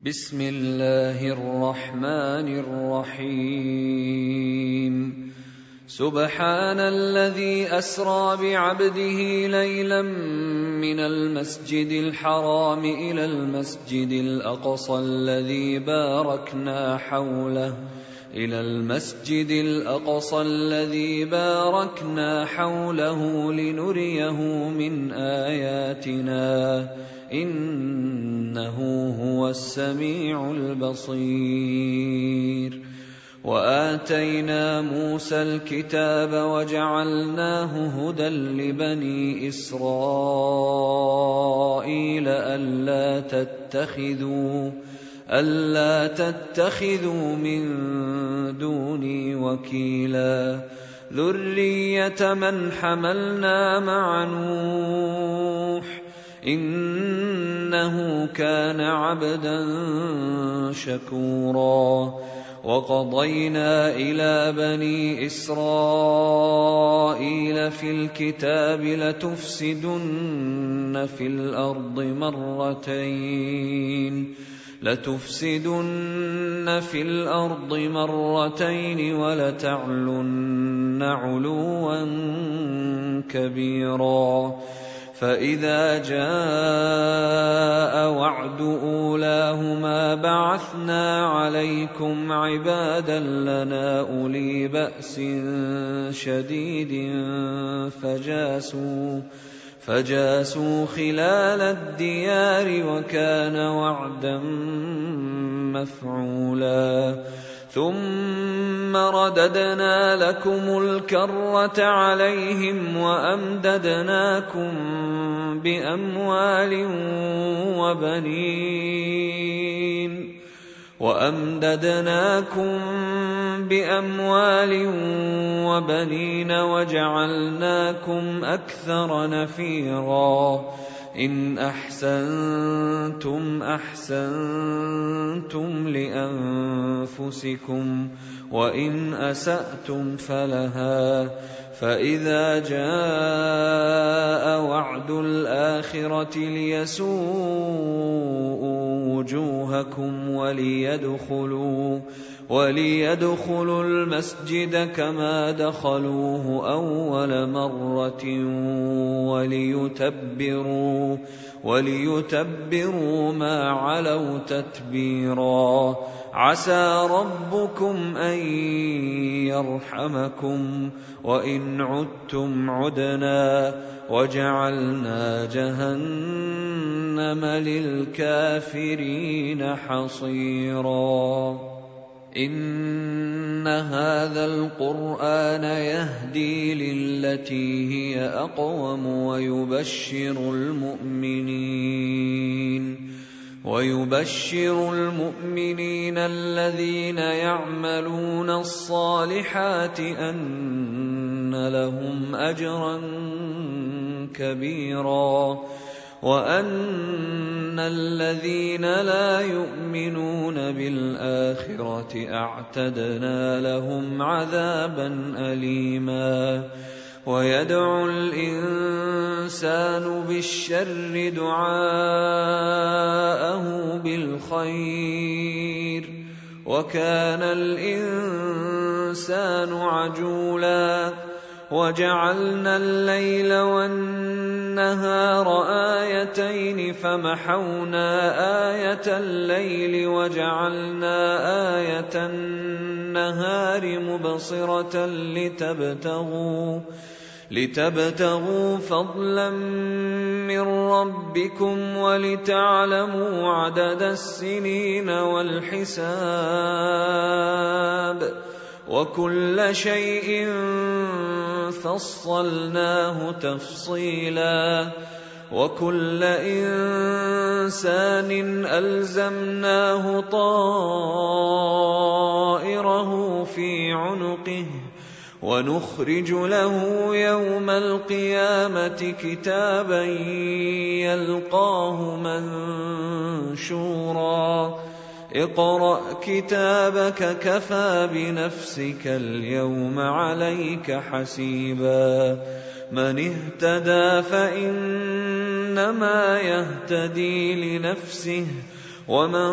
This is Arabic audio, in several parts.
بسم الله الرحمن الرحيم. سبحان الذي أسرى بعبده ليلا من المسجد الحرام إلى المسجد الأقصى الذي باركنا حوله لنريه من آياتنا إنه هو السميع البصير. وآتينا موسى الكتاب وجعلناه هدى لبني إسرائيل ألا تتخذوا من دوني وكيلا ذرية من حملنا مع نوح إنه كان عبدا شكورا. وقضينا إلى بني إسرائيل في الكتاب لتفسدن في الأرض مرتين ولتعلن علوا كبيرا. فإذا جاء وعد أولاهما بعثنا عليكم عبادا لنا أولي بأس شديد فجاسوا خلال الديار وكان وعدا مفعولا. ثم رددنا لكم الكرة عليهم وأمددناكم بأموال وبنين وجعلناكم أكثر نفيرا. إن أحسنتم أحسنتم لأنفسكم وإن أسأتم فلها. فإذا جاء وعد الآخرة ليسوءوا وجوهكم وليدخلوا المسجد كما دخلوه أول مرة وليتبروا ما علوا تتبيرا. عسى ربكم أن يرحمكم وإن عدتم عدنا وجعلنا جهنم للكافرين حصيرا. إن هذا القرآن يهدي للتي هي أقوم ويبشر المؤمنين الذين يعملون الصالحات أن لهم أجرا كبيرا وأن الذين لا يؤمنون بالآخرة أعتدنا لهم عذابا أليما. ويدعو الإنسان بالشر دعاءه بالخير وكان الإنسان عجولا. وجعلنا الليل والنهار آيتين فمحونا آية الليل وجعلنا آية النهار مبصرة لتبتغوا فضلا من ربكم ولتعلموا عدد السنين والحساب وكل شيء فصلناه تفصيلا. وكل إنسان ألزمناه طائره في عنقه ونخرج له يوم القيامة كتابا يلقاه منشورا. اقرأ كتابك كفى بنفسك اليوم عليك حسيبا. من اهتدى فإنما يهتدي لنفسه ومن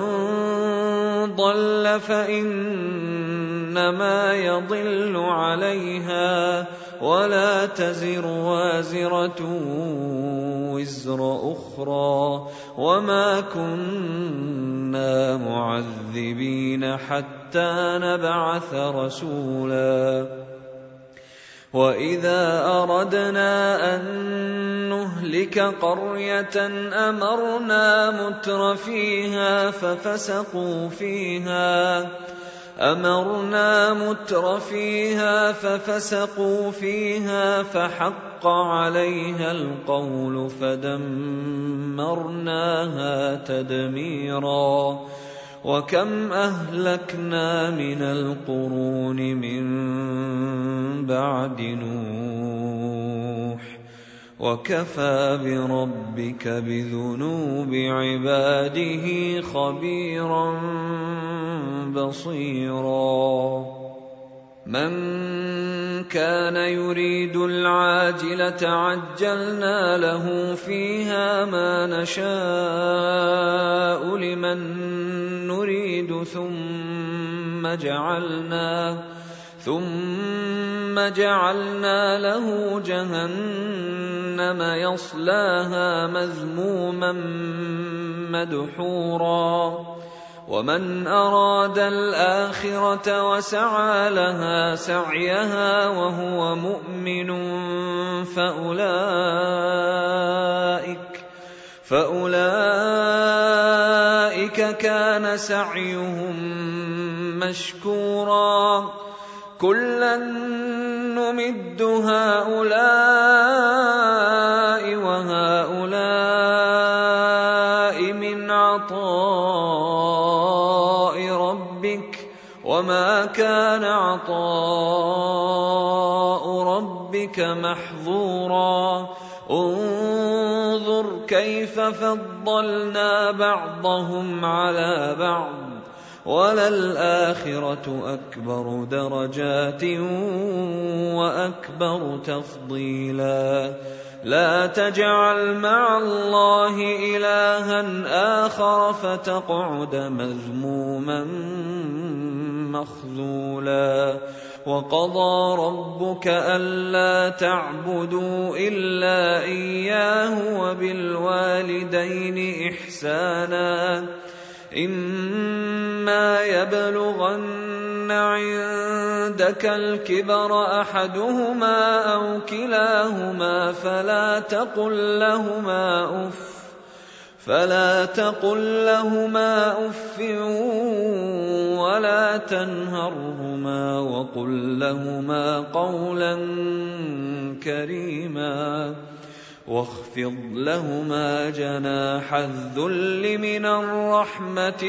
ضل فإنما يضل عليها ولا تزر وازرة وزر أخرى وما كنا معذبين حتى نبعث رسولا وإذا أردنا أن نهلك قرية أمرنا متر فيها ففسقوا فيها فحق عليها القول فدمرناها تدميرا وكم أهلكنا من القرون من بعد نوح وكفى بربك بذنوب عباده خبيرا بصيرا من كان يريد العاجلة عجلنا له فيها ما نشاء لمن نريد ثم جعلنا له جهنم يصلاها مذموما مدحورا ومن أراد الآخرة وسعى لها سعيها وهو مؤمن فأولئك كان سعيهم مشكورا كلا نمد هؤلاء وهؤلاء من عطاء ربك وما كان عطاء ربك محظورا انظر كيف فضلنا بعضهم على بعض وللآخرة أكبر درجات وأكبر تفضيلا لا تجعل مع الله إلها آخر فتقعد مذموما مخذولا وقضى ربك ألا تعبدوا إلا إياه وبالوالدين إحسانا إما يبلغن عندك الكبر أحدهما أو كلاهما فلا تقل لهما أف ولا تنهرهما وقل لهما قولا كريما واخفض لهما جناح الذل من الرحمة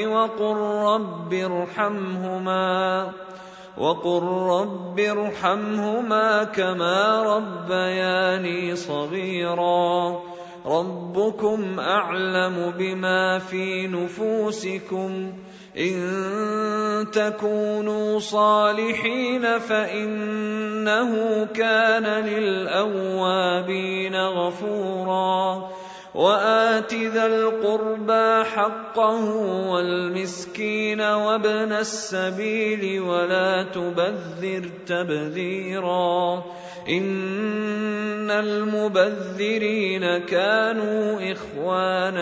وقل رب ارحمهما كما ربياني صغيرا ربكم أعلم بما في نفوسكم إن تكونوا صالحين فإنه كان للأوابين غفورا وآت ذا القربى حقه والمسكين وابن السبيل ولا تبذر تبذيرا إن المبذرين كانوا إخوان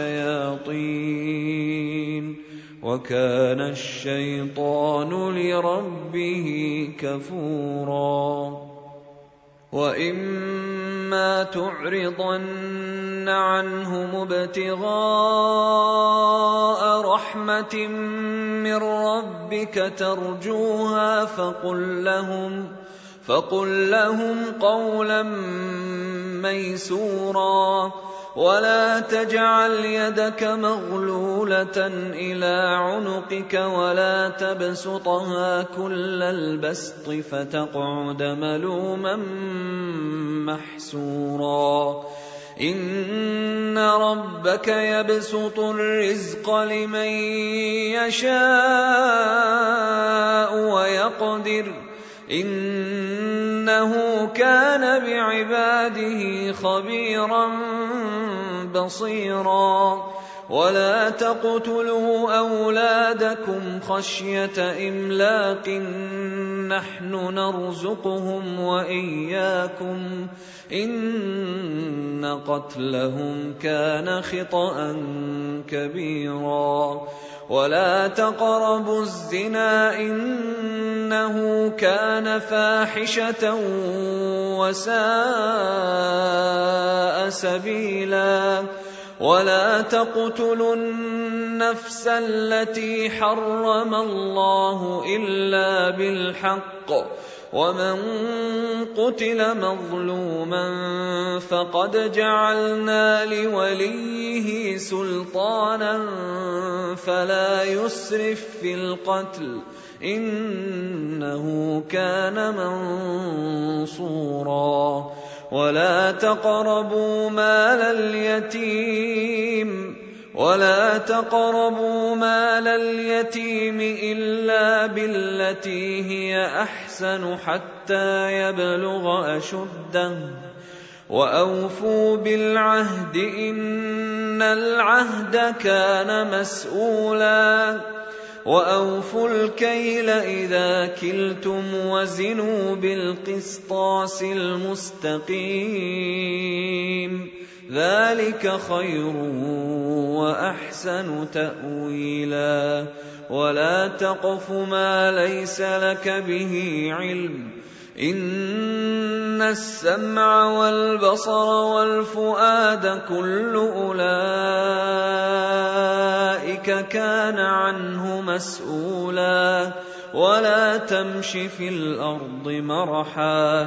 الشياطين وكان الشيطان لربه كفورا وإما تعرضن عنهم ابتغاء رحمة من ربك ترجوها فقل لهم قولا ميسورا ولا تجعل يدك مغلولة إلى عنقك ولا تبسطها كل البسط فتقعد ملوما محسورا إن ربك يبسط الرزق لمن يشاء ويقدر إنه كان بعباده خبيرا بصيرا ولا تقتلوا أولادكم خشية إملاق نحن نرزقهم وإياكم إن قتلهم كان خطأ كبيرا ولا تقربوا الزنا إنه كان فاحشة وساء سبيلا ولا تقتلوا النفس التي حرم الله إلا بالحق ومن قتل مظلوما فقد جعلنا لوليه سلطانا فلا يسرف في القتل إنه كان منصورا ولا تقربوا مال اليتيم إلا بالتي هي أحسن حتى يبلغ أشده وأوفوا بالعهد إن العهد كان مسؤولا وأوفوا الكيل إذا كلتم وزنوا بالقسطاس المستقيم ذلك خير وأحسن تأويلا ولا تقف ما ليس لك به علم إن السمع والبصر والفؤاد كل أولئك كان عنه مسؤولا ولا تمش في الأرض مرحا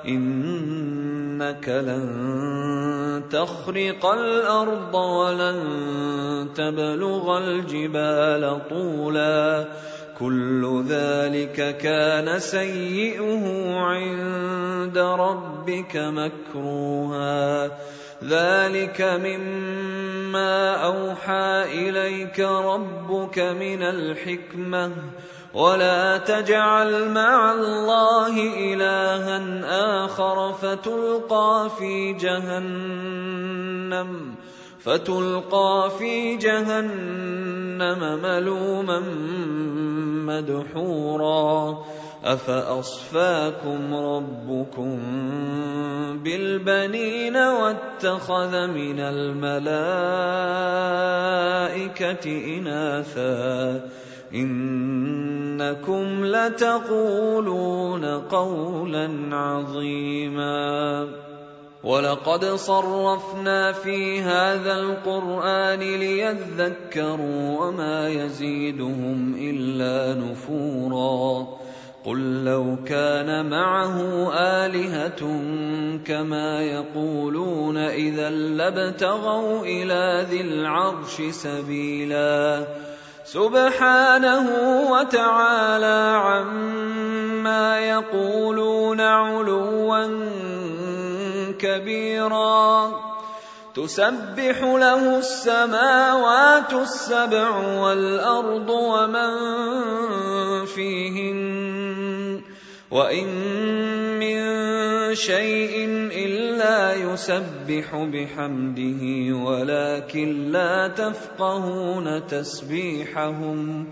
إنك لن تخرق الأرض ولن تبلغ الجبال طولا كل ذلك كان سيئه عند ربك مكروها ذلك مما أوحى إليك ربك من الحكمة ولا تجعل مع الله إلها آخر فتلقى في جهنم ملوما مدحورا أفأصفاكم ربكم بالبنين واتخذ من الملائكة إناثا إنكم لتقولون قولا عظيما ولقد صرفنا في هذا القرآن ليذكروا وما يزيدهم إلا نفورا قل لو كان معه آلهة كما يقولون إذا لابتغوا إلى ذي العرش سبيلا سبحانه وتعالى عما يقولون علوا كبيرا تسبح له السماوات السبع والأرض ومن فيهن وإن من شيء إلا يسبح بحمده ولكن لا تفقهون تسبيحهم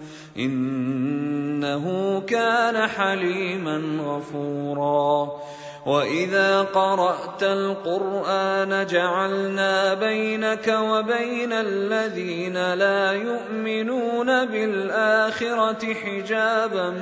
إنه كان حليما غفورا وإذا قرأت القرآن جعلنا بينك وبين الذين لا يؤمنون بالآخرة حجابا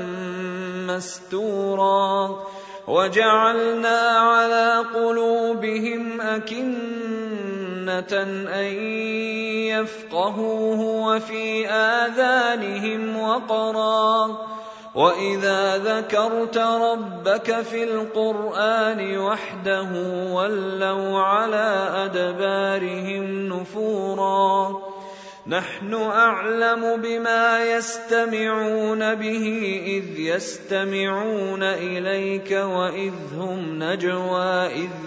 مستورا وجعلنا على قلوبهم أكنة أن يفقهوه وفي آذانهم وقرا وإذا ذكرت ربك في القرآن وحده ولوا على أدبارهم نفورا نحن أعلم بما يستمعون به إذ يستمعون إليك وإذ هم نجوى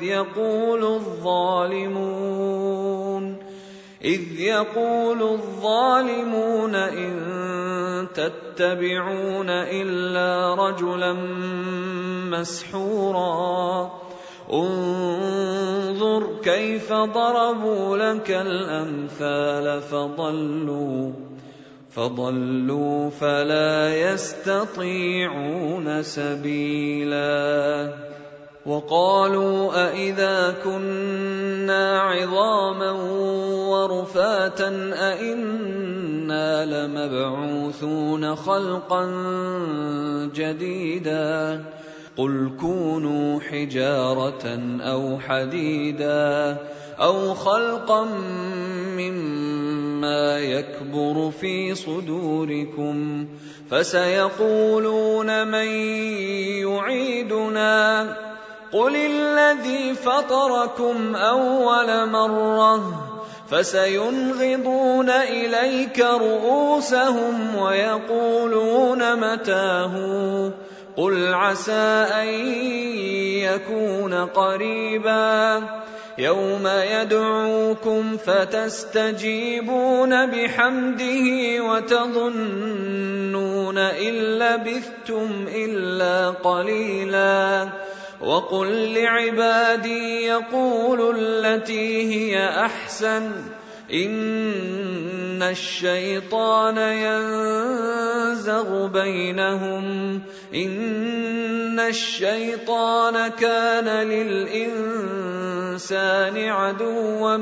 إذ يقول الظالمون إن تتبعون إلا رجلا مسحورا انظر كيف ضربوا لك الأمثال فضلوا فلا يستطيعون سبيلا وقالوا أئذا كنا عظاما ورفاتا أئنا لمبعوثون خلقا جديدا قل كونوا حجارة أو حديدا أو خلقا مما يكبر في صدوركم فسيقولون من يعيدنا قل الذي فطركم أول مرة فسينغضون إليك رؤوسهم ويقولون متاه قل عسى أن يكون قريبا يوم يدعوكم فتستجيبون بحمده وتظنون إن لبثتم إلا قليلا وقل لعبادي يقولوا التي هي أحسن إن الشيطان ينزغ بينهم إن الشيطان كان للإنسان عدوا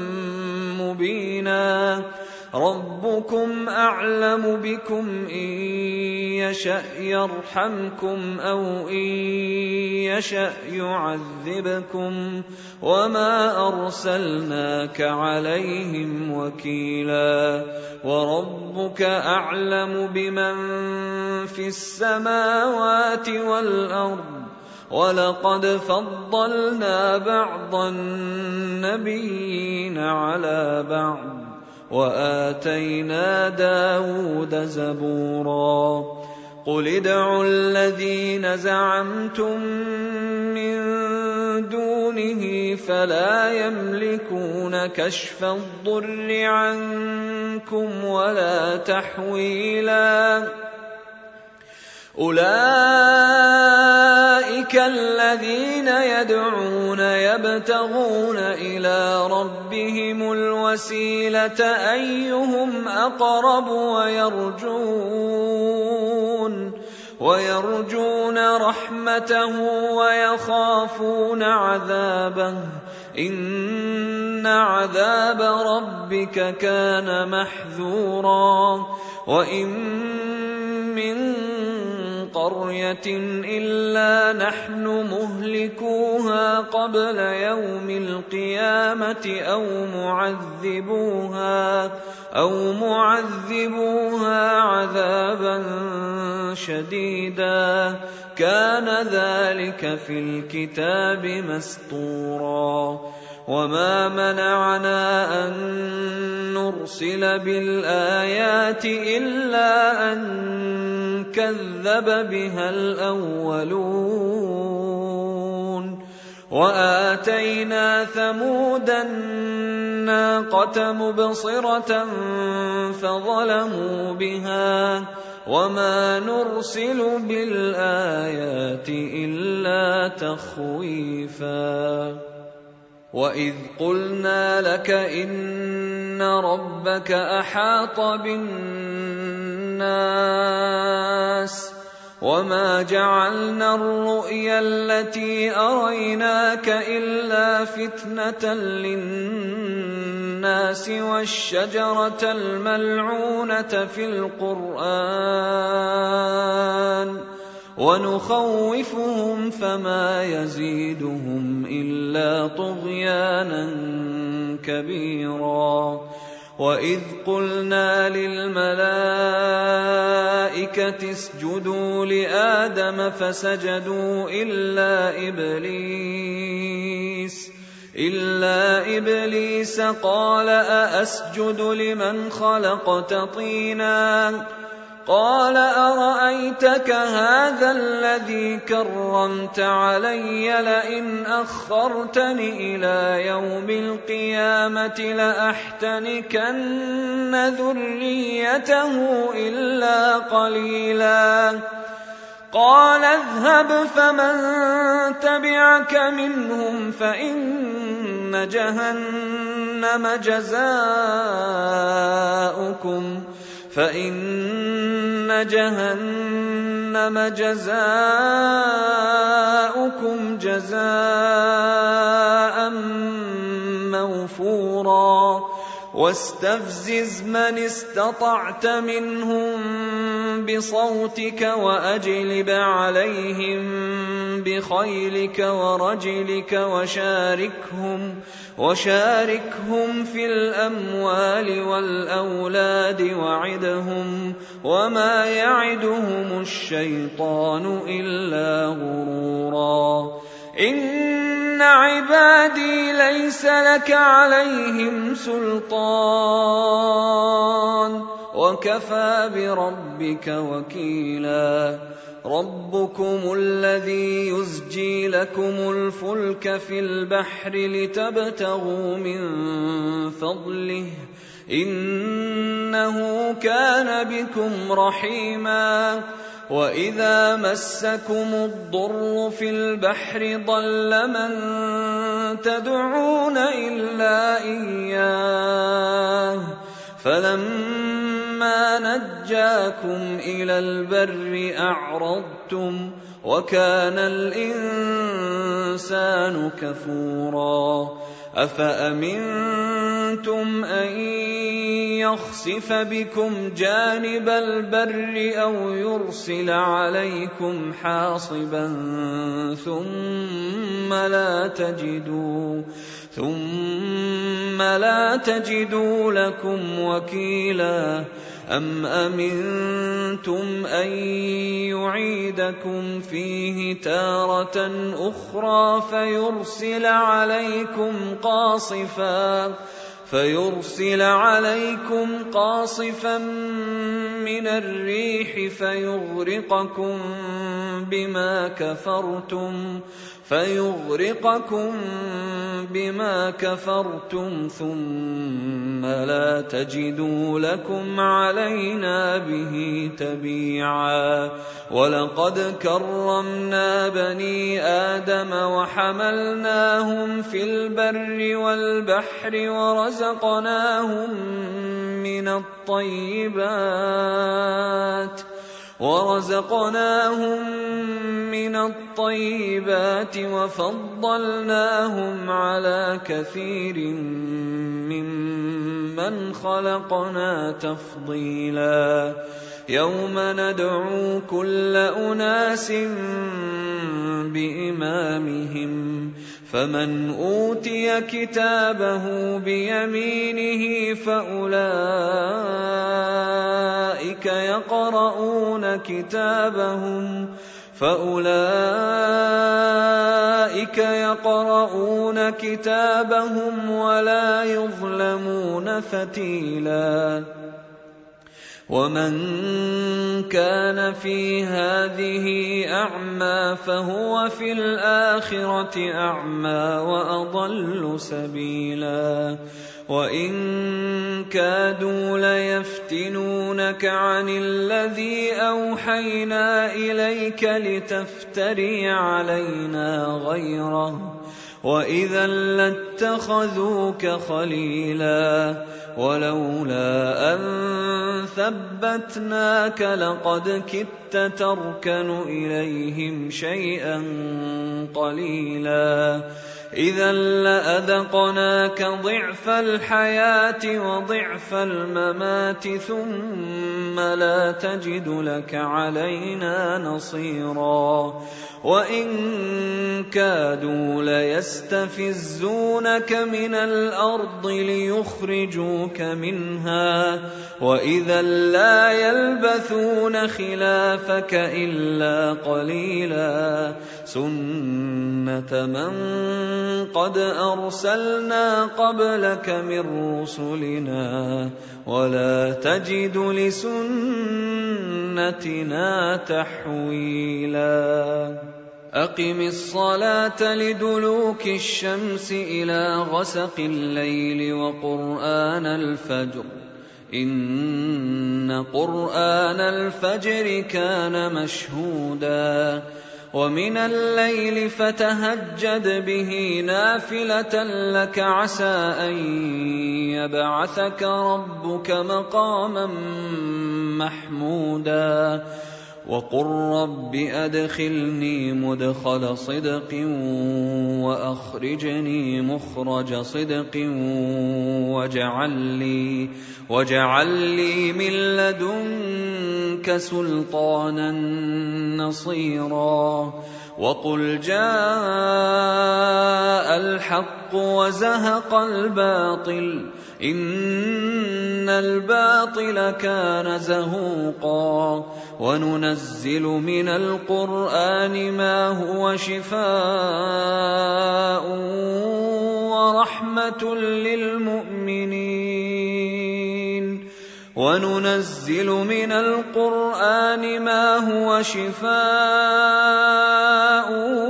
مبينا ربكم أعلم بكم إن يشأ يرحمكم أو إن يشأ يعذبكم وما أرسلناك عليهم وكيلا وربك أعلم بمن في السماوات والأرض ولقد فضلنا بعض النبيين على بعض وآتينا داود زبورا قل ادعوا الذين زعمتم من دونه فلا يملكون كشف الضر عنكم ولا تحويلا أولئك الذين يدعون يبتغون إلى ربهم الوسيلة أيهم أقرب ويرجون رحمته ويخافون عذابه إن عذاب ربك كان محذورا وإن من قرية إلا نحن مهلكوها قبل يوم القيامة أو معذبوها عذابا شديدا كان ذلك في الكتاب مسطورا وما منعنا أن نرسل بالآيات إلا أن كذب بها الأولون وآتينا ثمود الناقة مبصرة فظلموا بها وما نرسل بالآيات إلا تخويفا وإذ قلنا لك إن ربك أحاط بالناس وما جعلنا الرؤيا التي أريناك إلا فتنة للناس والشجرة الملعونة في القرآن ونخوفهم فما يزيدهم إلا طغيانا كبيرا وإذ قلنا للملائكة اسجدوا لآدم فسجدوا إلا إبليس قال أأسجد لمن خلقت طينا قال أرأيتك هذا الذي كرمت علي لئن أخرتني إلى يوم القيامة لأحتنكن ذريته إلا قليلا قال اذهب فمن تبعك منهم فإن جهنم جزاؤكم جزاء موفورا واستفزز من استطعت منهم بصوتك وأجلب عليهم بخيلك ورجلك وشاركهم في الأموال والأولاد وعدهم وما يعدهم الشيطان إلا غرورا إن عبادي ليس لك عليهم سلطان وكفى بربك وكيلا ربكم الذي يزجي لكم الفلك في البحر لتبتغوا من فضله إنه كان بكم رحيما وإذا مسكم الضر في البحر ضل من تدعون إلا إياه فلما نجاكم إلى البر أعرضتم وكان الإنسان كفورا أفأمنتم أن يخسف بكم جانب البر أو يرسل عليكم حاصبا ثم لا تجدوا لكم وكيلا أم أمنتم أن يعيدكم فيه تارة أخرى فيرسل عليكم قاصفا من الريح فيغرقكم بما كفرتم ثم لا تجدوا لكم علينا به تبيعا ولقد كرمنا بني آدم وحملناهم في البر والبحر ورزقناهم من الطيبات وفضلناهم على كثير ممن خلقنا تفضيلا يوم ندعو كل أناس بإمامهم فمن أوتي كتابه بيمينه فأولئك يقرؤون كتابهم ولا يظلمون فتيلا ومن كان في هذه أعمى فهو في الآخرة أعمى وأضل سبيلا وإن كادوا ليفتنونك عن الذي أوحينا إليك لتفتري علينا غيره وإذا لاتخذوك خليلا ولولا أن ثبتناك لقد كدت تركن إليهم شيئا قليلا إذا لأذقناك ضعف الحياة وضعف الممات ثم لا تجد لك علينا نصيرا وإن كادوا ليستفزونك من الأرض ليخرجوك منها وإذا لا يلبثون خلافك إلا قليلا سنة من قد أرسلنا قبلك من رسلنا ولا تجد لسنتنا تحويلا أقم الصلاة لدلوك الشمس إلى غسق الليل وقرآن الفجر إن قرآن الفجر كان مشهودا ومن الليل فتهجد به نافلة لك عسى أن يبعثك ربك مقاما محمودا وقل رب أدخلني مدخل صدق وأخرجني مخرج صدق واجعل لي من لدنك سلطانا نصيرا وقل جاء الحق وزهق الباطل إن الباطل كان زهوقا وننزل من القرآن ما هو شفاء ورحمة للمؤمنين وننزل من القرآن ما هو شفاء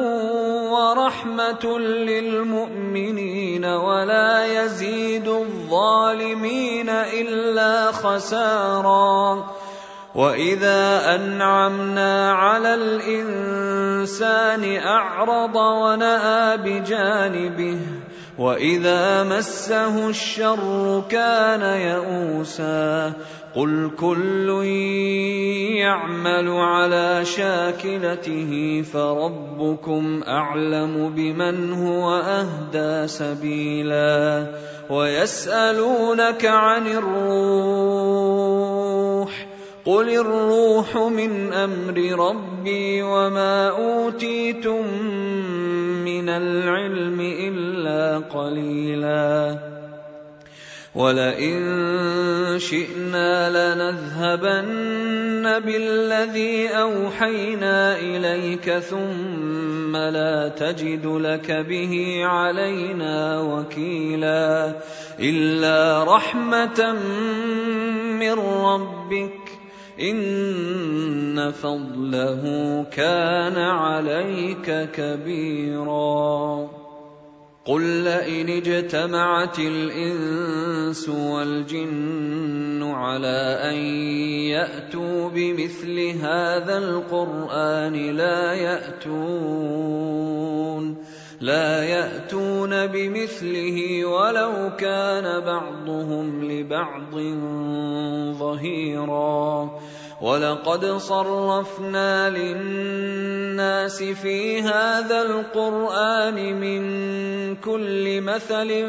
ورحمة للمؤمنين ولا يزيد الظالمين إلا خسارا وإذا أنعمنا على الإنسان أعرض ونأى بجانبه وإذا مسه الشر كان يئوسا قل كل يعمل على شاكلته فربكم أعلم بمن هو أهدى سبيلا ويسألونك عن الروح قل الروح من أمر ربي وما أوتيتم من العلم إلا قليلا ولئن شئنا لنذهبن بالذي أوحينا إليك ثم لا تجد لك به علينا وكيلا إلا رحمة من ربك إن فضله كان عليك كبيرا قل لئن اجتمعت الإنس والجن على أن يأتوا بمثل هذا القرآن لا يأتون بمثله ولو كان بعضهم لبعض ظهيرا ولقد صرفنا للناس في هذا القرآن من كل مثل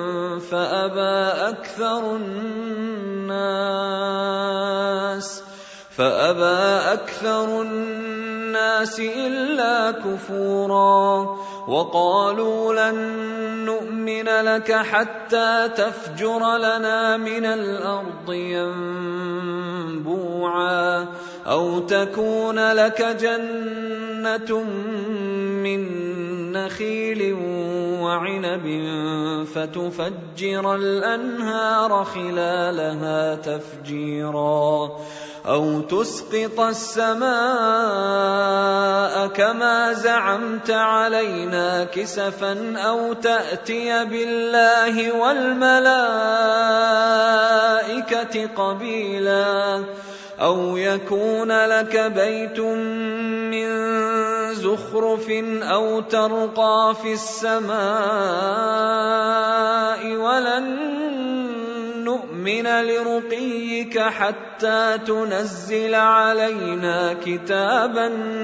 فأبى أكثر الناس إلا كفورا وقالوا لن نؤمن لك حتى تفجر لنا من الأرض ينبوعا أو تكون لك جنة من نخيل وعنب فتفجر الأنهار خلالها تفجيرا أو تسقط السماء كما زعمت علينا كسفا أو تأتي بالله والملائكة قبيلا أو يكون لك بيت من زخرف أو ترقى في السماء ولن نؤمن لرقيك حتى تنزل علينا كتابا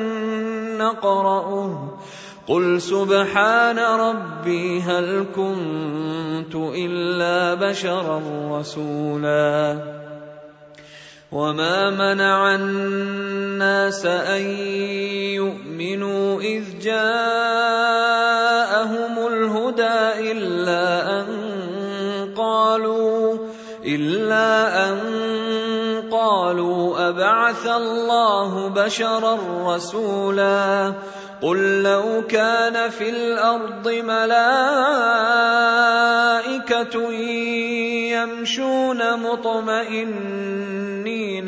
نقرأه قل سبحان ربي هل كنت إلا بشرا رسولا وما منع الناس أن يؤمنوا إذ جاءهم الهدى إلا أن قالوا أبعث الله بشرا رسولا قل لو كان في الأرض ملائكة يمشون مطمئنين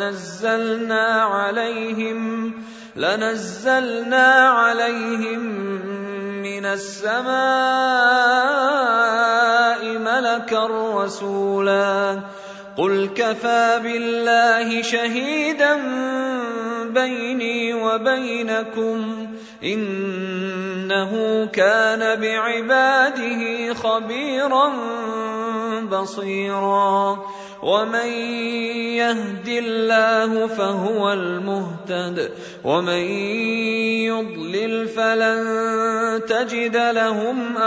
لنزلنا عليهم من السماء ملكا رسولا قل كفى بالله شهيدا بيني وبينكم إنه كان بعباده خبيرا بصيرا ومن يهد الله فهو المهتد ومن يضلل فلن تجد لهم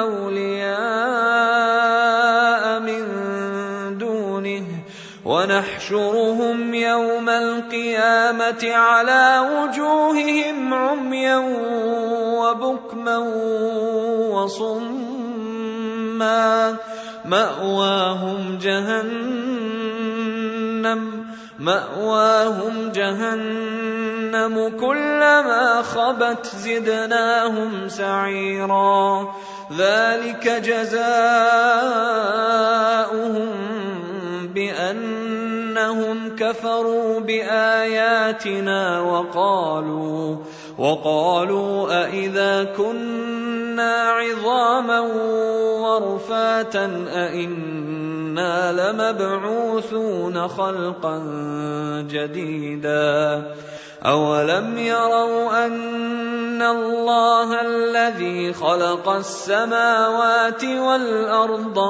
أولياء من دونه ونحشرهم يوم القيامة على وجوههم عميا وبكما وصما مأواهم جهنم كلما خبت زدناهم سعيرا ذلك جزاؤهم بأنهم كفروا بآياتنا وقالوا أإذا كنا عظاما ورفاتا أإنا لمبعوثون خلقا جديدا أولم يروا أن الله الذي خلق السماوات والأرض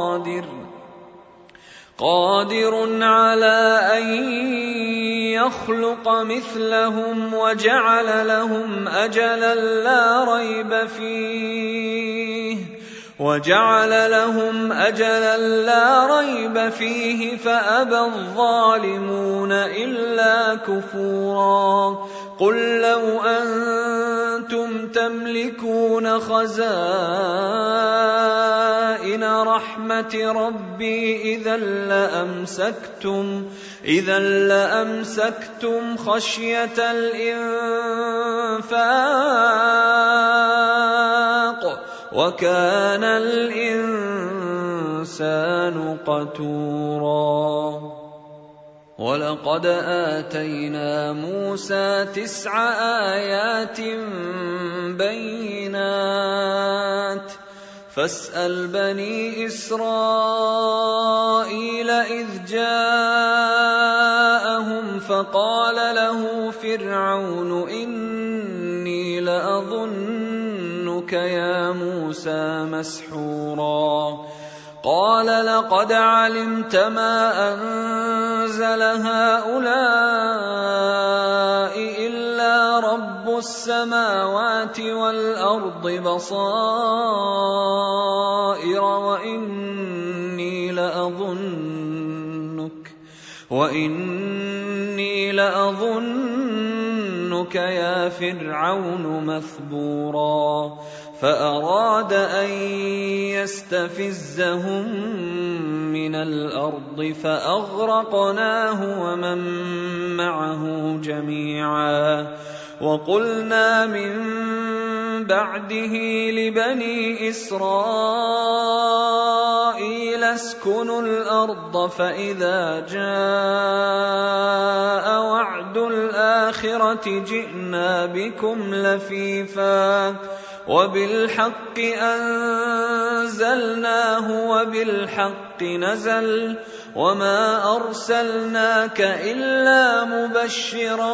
قادر على أن يخلق مثلهم وجعل لهم أجلا لا ريب فيه فأبى الظالمون إلا كفورا قل لو أنتم تملكون خزائن رحمة ربي إذا لأمسكتم خشية الإنفاق وكان الإنسان قتورا ولقد آتينا موسى 9 آيات بينات فاسأل بني إسرائيل إذ جاءهم فقال له فرعون إني لأظنك يا موسى مسحورا قال لقد علمت ما أنزل هؤلاء إلا رب السماوات والأرض بصائر وإني لأظنك يا فرعون مثبورا فأراد أن يستفزهم من الأرض فأغرقناه ومن معه جميعا وقلنا من بعده لبني إسرائيل اسكنوا الأرض فإذا جاء وعد الآخرة جئنا بكم لفيفا وبالحق أنزلناه وبالحق نزل وما أرسلناك إلا مبشرا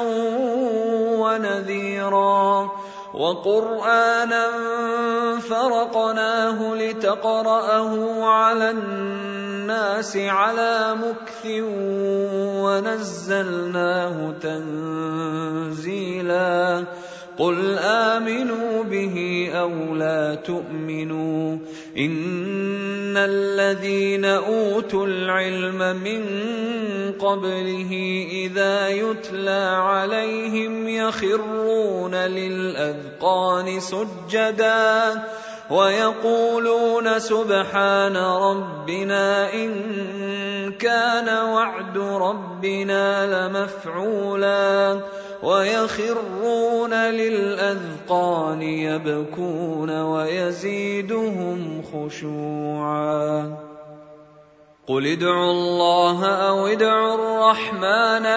ونذيرا وقرآنا فرقناه لتقرأه على الناس على مكث ونزلناه تنزيلا قل آمنوا به أو لا تؤمنوا إن الذين أوتوا العلم من قبله إذا يتلى عليهم يخرون للأذقان سجدا ويقولون سبحان ربنا إن كان وعد ربنا لمفعولا ويخرون للأذقان يبكون ويزيدهم خشوعا قل ادعوا الله أو ادعوا الرحمن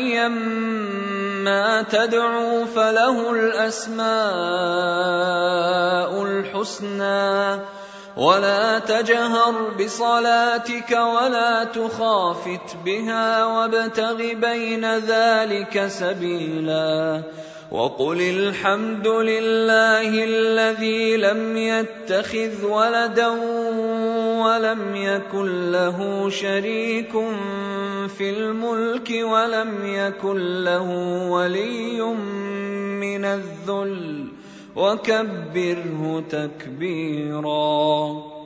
أيما تدعوا فله الأسماء الحسنى ولا تجهر بصلاتك ولا تخافت بها وابتغ بين ذلك سبيلا وقل الحمد لله الذي لم يتخذ ولدا ولم يكن له شريك في الملك ولم يكن له ولي من الذل وكبره تكبيرا.